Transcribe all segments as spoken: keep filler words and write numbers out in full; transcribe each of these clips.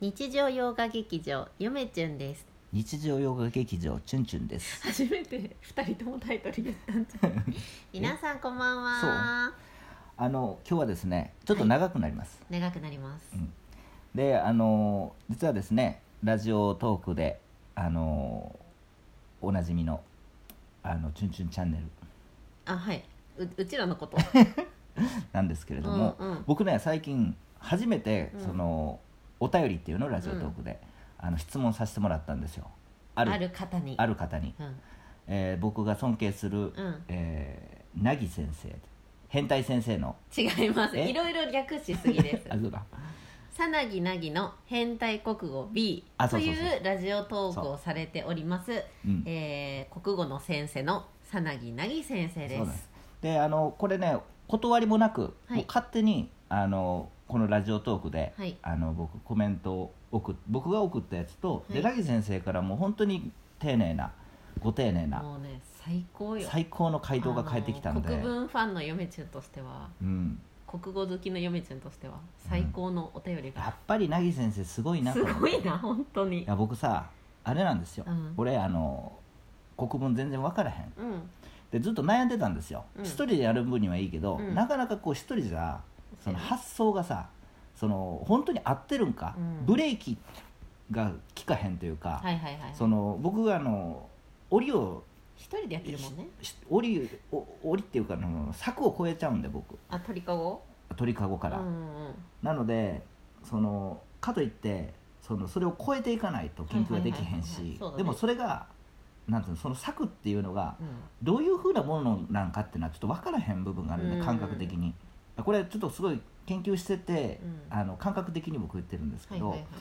日常洋画劇場ゆめちゅんです。 日常洋画劇場チュンチュンです。 初めてふたりともタイトル言ったんじゃん皆さんこんばんは。 そうあの今日はですねちょっと長くなります、 はい、長くなります、 うん、であの実はですねラジオトークであのおなじみのあのチュンチュンチャンネルあはい う, うちらのことなんですけれども、うんうん、僕ね最近初めてその、うん、お便りっていうのをラジオトークで、うん、あの質問させてもらったんですよ。ある、 ある方にある方に、うんえー、僕が尊敬する、 うんえー、凪先生変態先生の違いますいろいろ略しすぎですあそうださなぎなぎの変態国語 B というラジオトークをされております、うんえー、国語の先生のさなぎなぎ先生です。 そうです。であのこれね断りもなく、はい、もう勝手にあのこのラジオトークで、はい、あの僕コメントを送っ僕が送ったやつと、はい、で凪先生からもう本当に丁寧なご丁寧なもうね最高よ最高の回答が返ってきたんで、 国文ファンの嫁ちゅんとしては、うん、国語好きの嫁ちゅんとしては最高のお便りが、 うん、やっぱり凪先生すごいなと思って。 すごいな本当に。 いや僕さあれなんですよ、うん、俺あの国文全然分からへん、うん、でずっと悩んでたんですよ、うん、一人でやる分にはいいけど、うん、なかなかこう一人じゃその発想がさその本当に合ってるんか、うん、ブレーキが効かへんというか、はいはいはい、その僕があの檻を一人でやってるもんね。 檻檻っていうかの柵を越えちゃうんで僕あ鳥かご鳥かごから、うんうん、なのでそのかといってそのそれを越えていかないと研究ができへんしでもそれがなんていうのその柵っていうのがどういうふうなものなんかっていうのはちょっと分からへん部分があるんで、うん、感覚的にこれちょっとすごい研究してて、うん、あの感覚的に僕言ってるんですけど、はいはいはい、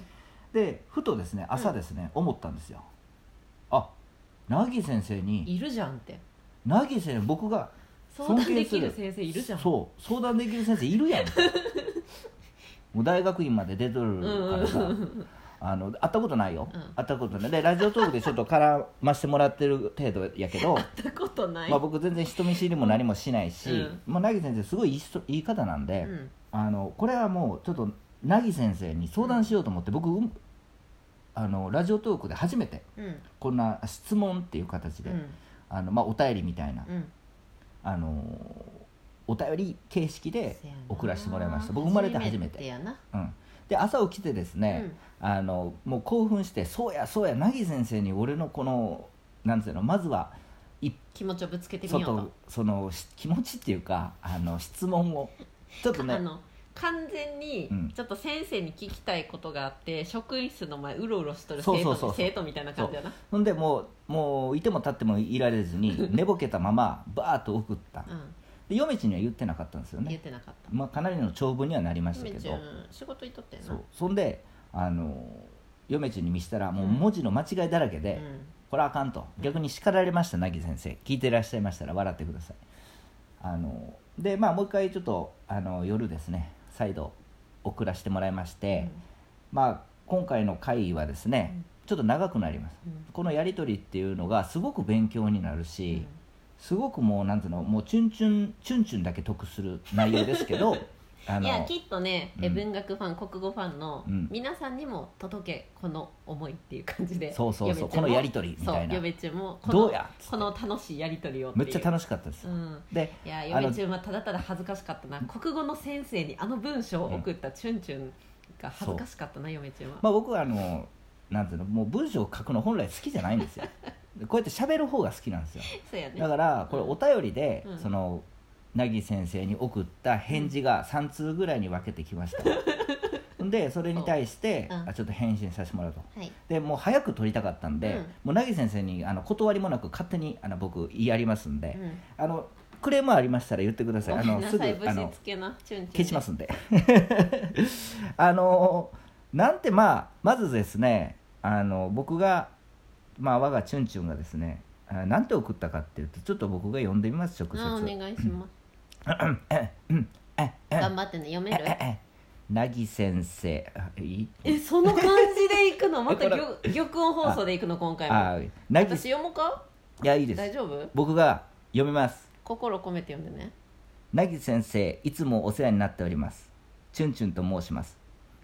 でふとですね朝ですね、うん、思ったんですよ。あ凪先生にいるじゃんって凪先生僕が尊敬する相談できる先生いるじゃん。 そう相談できる先生いるやんもう大学院まで出とるからさ、うんうんあの会ったことないよ、うん、会ったことないでラジオトークでちょっと絡ましてもらってる程度やけど会ったことない、 まあ、僕全然人見知りも何もしないし、うんまあ、凪先生すごいいい人いい方なんで、うん、あのこれはもうちょっと凪先生に相談しようと思って、うん、僕あのラジオトークで初めて、うん、こんな質問っていう形で、うんあのまあ、お便りみたいな、うん、あのお便り形式で送らせてもらいました。僕生まれて初めてやな、 うんで朝起きてですね、うん、あのもう興奮してそうやそうや凪先生に俺のこのなんていうのまずは気持ちをぶつけてみようとその気持ちっていうかあの質問をちょっとねあの完全にちょっと先生に聞きたいことがあって、うん、職員室の前うろうろしとる生徒、そうそうそうそう生徒みたいな感じだな。 ほんでもう、もういても立ってもいられずに寝ぼけたままバーッと送った、うんで嫁ちには言ってなかったんですよね。 言ってなかった、 まあ、かなりの長文にはなりましたけど仕事行っとってんな。 そうそんであの嫁ちに見したらもう文字の間違いだらけで、うん、これあかんと逆に叱られました。凪先生聞いてらっしゃいましたら笑ってください。あのでまあもう一回ちょっとあの夜ですね再度送らせてもらいまして、うんまあ、今回の回はですね、うん、ちょっと長くなります、うん、このやり取りっていうのがすごく勉強になるし、うんすごくもうなんていうのもうチュンチュンチュンチュンだけ得する内容ですけどあのいやきっとね、うん、文学ファン国語ファンの皆さんにも届けこの思いっていう感じで、うん、 そうそうそうこのやり取りみたいな嫁ちゅんもこのどうやこの楽しいやり取りをめっちゃ楽しかったです、うん、でいや嫁ちゅんはただただ恥ずかしかったな。国語の先生にあの文章を送ったチュンチュンが恥ずかしかったな、嫁ちゅんは。 まあ僕はあのなんていうのもう文章を書くの本来好きじゃないんですよこうやって喋る方が好きなんですよ。 そうやね、 だからこれお便りで、うん、その凪先生に送った返事がさん通ぐらいに分けてきました、うん、でそれに対して、うん、あちょっと返信させてもらうと、はい、でもう早く取りたかったんで、うん、もう凪先生にあの断りもなく勝手にあの僕言いやりますんで、うん、あのクレームありましたら言ってください。あのすぐあの消しますんであのなんてまあまずですねあの僕がまあ我がチュンチュンがですねなんて送ったかっていうとちょっと僕が読んでみます直接。 あお願いします頑張ってね読める凪先生いいえその感じでいくのまた玉音放送でいくの今回もあ私読もうか。 いやいいです大丈夫僕が読みます。 心込めて読んでね。 凪先生いつもお世話になっております。チュンチュンと申します。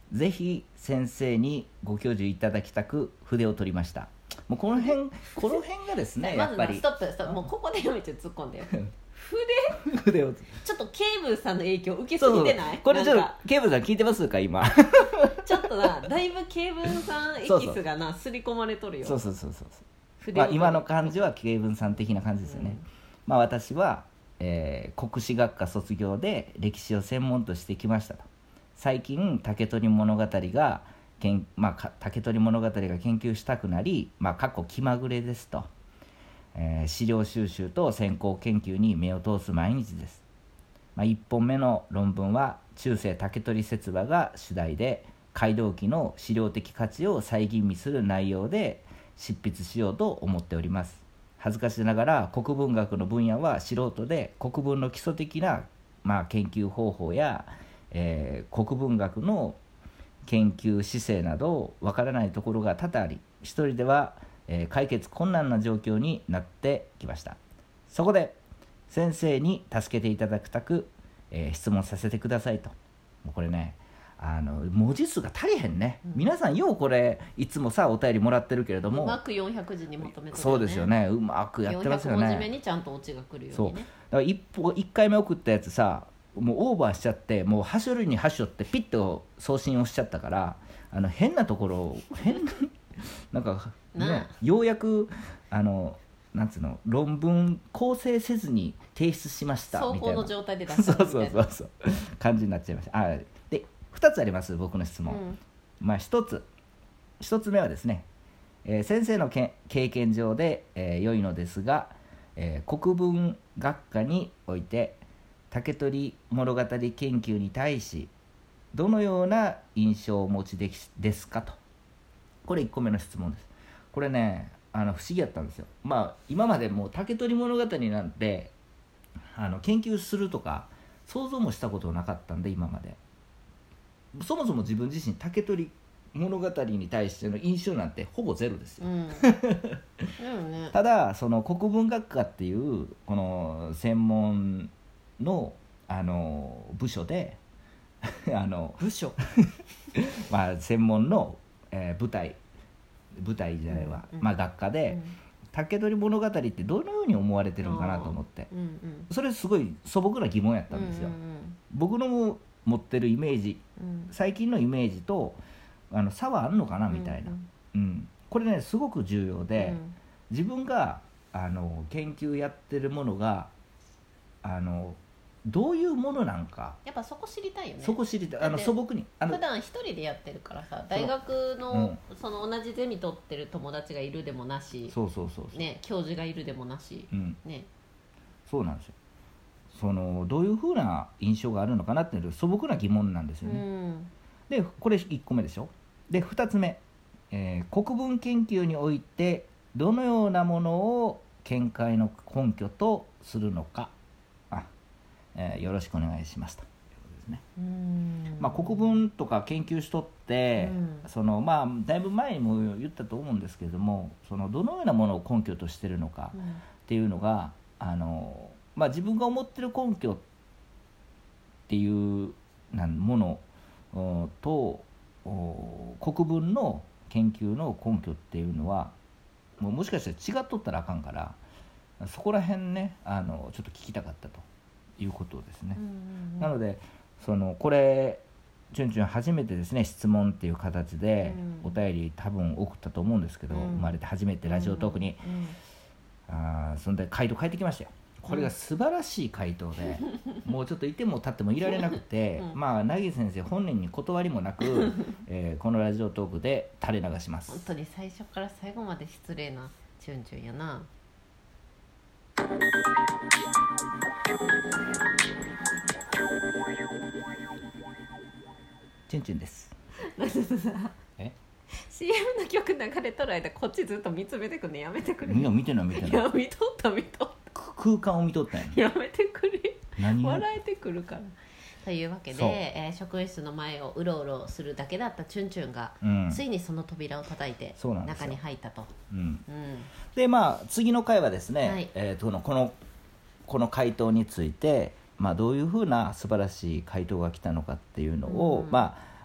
ぜひ先生にご教授いただきたく筆を取りました。もうこの辺この辺がですねやっぱりまずストップストップもうここでやめて突っ込んで筆筆をちょっとケーブルさんの影響受けすぎてない？そうそうこれちょっとケーブルさん聞いてますか今ちょっとなだいぶケーブルさんエキスがな刷り込まれとるよ。 そうそうそうそうそう、まあ、今の感じはケーブルさん的な感じですよね、うん、まあ私は、えー、国史学科卒業で歴史を専門としてきましたと。最近竹取物語がけん、まあ、竹取物語が研究したくなり、まあ、かっこ気まぐれですと、えー、資料収集と先行研究に目を通す毎日です。まあ、いっぽんめの論文は中世竹取説話が主題で街道記の資料的価値を再吟味する内容で執筆しようと思っております。恥ずかしながら国文学の分野は素人で国文の基礎的な、まあ、研究方法や、えー、国文学の研究姿勢などわからないところが多々あり、一人では、えー、解決困難な状況になってきました。そこで先生に助けていただきたく、えー、質問させてくださいと。もうこれねあの文字数が足りへんね、うん、皆さんようこれいつもさお便りもらってるけれどもうまくよんひゃくじにまとめてるよね。 そうですよね、うまくやってますよね。 よんひゃく文字目にちゃんとオチが来るようにね。 そうだから一歩いっかいめ送ったやつさもうオーバーしちゃってもうはしょるにはしょってピッと送信をしちゃったからあの変なところ変なんか、ね、ようやくあのなんつうの論文構成せずに提出しましたみたいな走行の状態で出したみたいなそうそうそうそう感じになっちゃいました。あでふたつあります僕の質問、うん、まあひとつひとつめはですね、えー、先生のけ経験上で、えー、良いのですが、えー、国文学科において竹取物語研究に対しどのような印象をお持ちでですかと。これいっこめの質問です。これねあの不思議やったんですよ。まあ今までもう竹取物語なんてあの研究するとか想像もしたことなかったんで今までそもそも自分自身竹取物語に対しての印象なんてほぼゼロですよ、うんうんね、ただその国文学科っていうこの専門の、あの部署であの部署まあ専門の、えー、舞台舞台じゃないわ、うんうんまあ、学科で、うん、竹取物語ってどのように思われてるのかなと思って、うんうん、それすごい素朴な疑問やったんですよ、うんうんうん、僕の持ってるイメージ、うん、最近のイメージとあの差はあるのかなみたいな、うんうんうん、これねすごく重要で、うん、自分があの研究やってるものがあのどういうものなんかやっぱそこ知りたいよね。 そこ知りたいあの素朴にあの普段一人でやってるからさ大学 の, その,、うん、その同じゼミ取ってる友達がいるでもなしそうそうそうそう、 ね、教授がいるでもなし、 うんね、 そうなんですよ。そのどういう風な印象があるのかなっていう素朴な疑問なんですよね、うん、でこれいっこめでしょ。でふたつめ、えー、国文研究においてどのようなものを見解の根拠とするのかあ、えー、よろしくお願いしますということですね。うーん、まあ、国文とか研究しとって、うん、そのまあ、だいぶ前にも言ったと思うんですけれどもそのどのようなものを根拠としているのかっていうのが、うん、あのまあ、自分が思ってる根拠っていうものと国文の研究の根拠っていうのはもうもしかしたら違っとったらあかんからそこら辺ねあのちょっと聞きたかったということですね、うんうんうん、なのでそのこれチュンチュン初めてですね質問っていう形でお便り多分送ったと思うんですけど、うん、生まれて初めてラジオトークに、うんうん、あそんで回答返ってきましたよ。これが素晴らしい回答で、うん、もうちょっといても立ってもいられなくて、うん、まあ凪先生本人に断りもなく、えー、このラジオトークで垂れ流します。 本当に最初から最後まで失礼なチュンチュンやな。 チュンチュンです。えシーエム の曲流れとる間こっちずっと見つめてくるのやめてくれ。 みんな見てない見てない。いや見とった見とった。 空間を見とったんや。 やめてくれ。笑えてくるから。というわけで、えー、職員室の前をうろうろするだけだったチュンチュンが、うん、ついにその扉を叩いて中に入ったと。うんうん、 でまあ次の回はですね、はいえー、このこのこの回答について、まあ、どういうふうな素晴らしい回答が来たのかっていうのを、うんまあ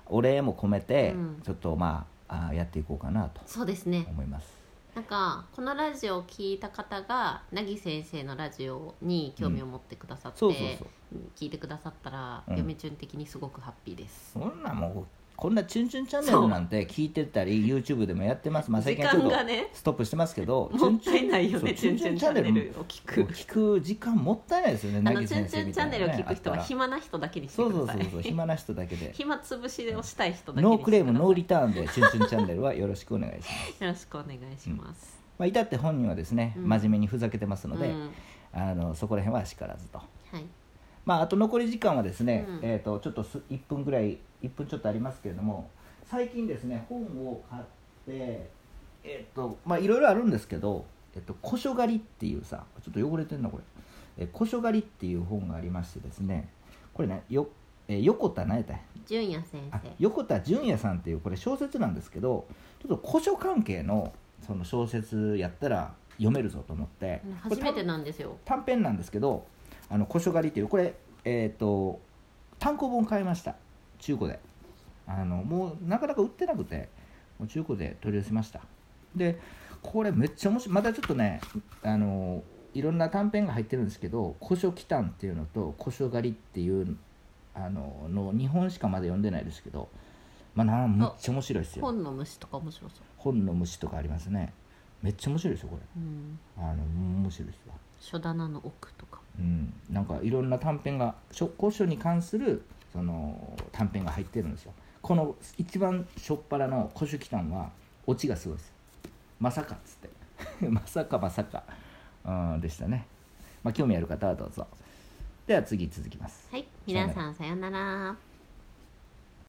お礼も込めて、うん、ちょっとまああやっていこうかなとそうですね思います。 なんかこのラジオを聞いた方が凪先生のラジオに興味を持ってくださって、うん、そうそうそう聞いてくださったら、うん、嫁チュン的にすごくハッピーです。 そんなもうこんなチュンチュンチャンネルなんて聞いてたり YouTube でもやってます。まあ最近ちょっとストップしてますけど、 もったいないよね。チュンチュンチャンネルを聞く聞く時間もったいないですよね。 あのチュンチュンチャンネルを聞く人は暇な人だけにしてください。 そうそうそうそう暇な人だけで暇つぶしをしたい人だけにしてください。 ノークレームノーリターンでチュンチュンチャンネルはよろしくお願いしますよろしくお願いします、 うんまあ、至って本人はですね、うん、真面目にふざけてますので、うん、あのそこら辺は叱らずと、はいまあ、あと残り時間はですね、うんえー、とちょっといっぷんぐらいいっぷんちょっとありますけれども、最近ですね本を買ってえっ、ー、とまあいろいろあるんですけど、えっ、ー、と古書狩りっていうさちょっと汚れてんなこれ、えー、古書狩りっていう本がありましてですね、これねよ、えー、横田何やった純也先生横田純也さんっていうこれ小説なんですけど、ちょっと古書関係のその小説やったら読めるぞと思って、 初めてなんですよ。 短編なんですけど、あの古書狩りっていうこれえっ、ー、と単行本買いました、中古で。あのもうなかなか売ってなくてもう中古で取り寄せました。でこれめっちゃ面白い。まだちょっとねあのいろんな短編が入ってるんですけど、古書奇譚っていうのと古書狩りっていうあののにほんしかまだ読んでないですけど、まあなめっちゃ面白いですよ。 本の虫とか面白そう。 本の虫とかありますね。めっちゃ面白いですよこれ、うん、あの面白いですわ。 書棚の奥とか、 うん、なんかいろんな短編が古書に関するその短編が入ってるんですよ。この一番初っ端の古書奇譚はオチがすごいです。まさかっつってまさかまさか、うん、でしたね。まあ興味ある方はどうぞ。では次続きます。 はい、皆さんさようなら。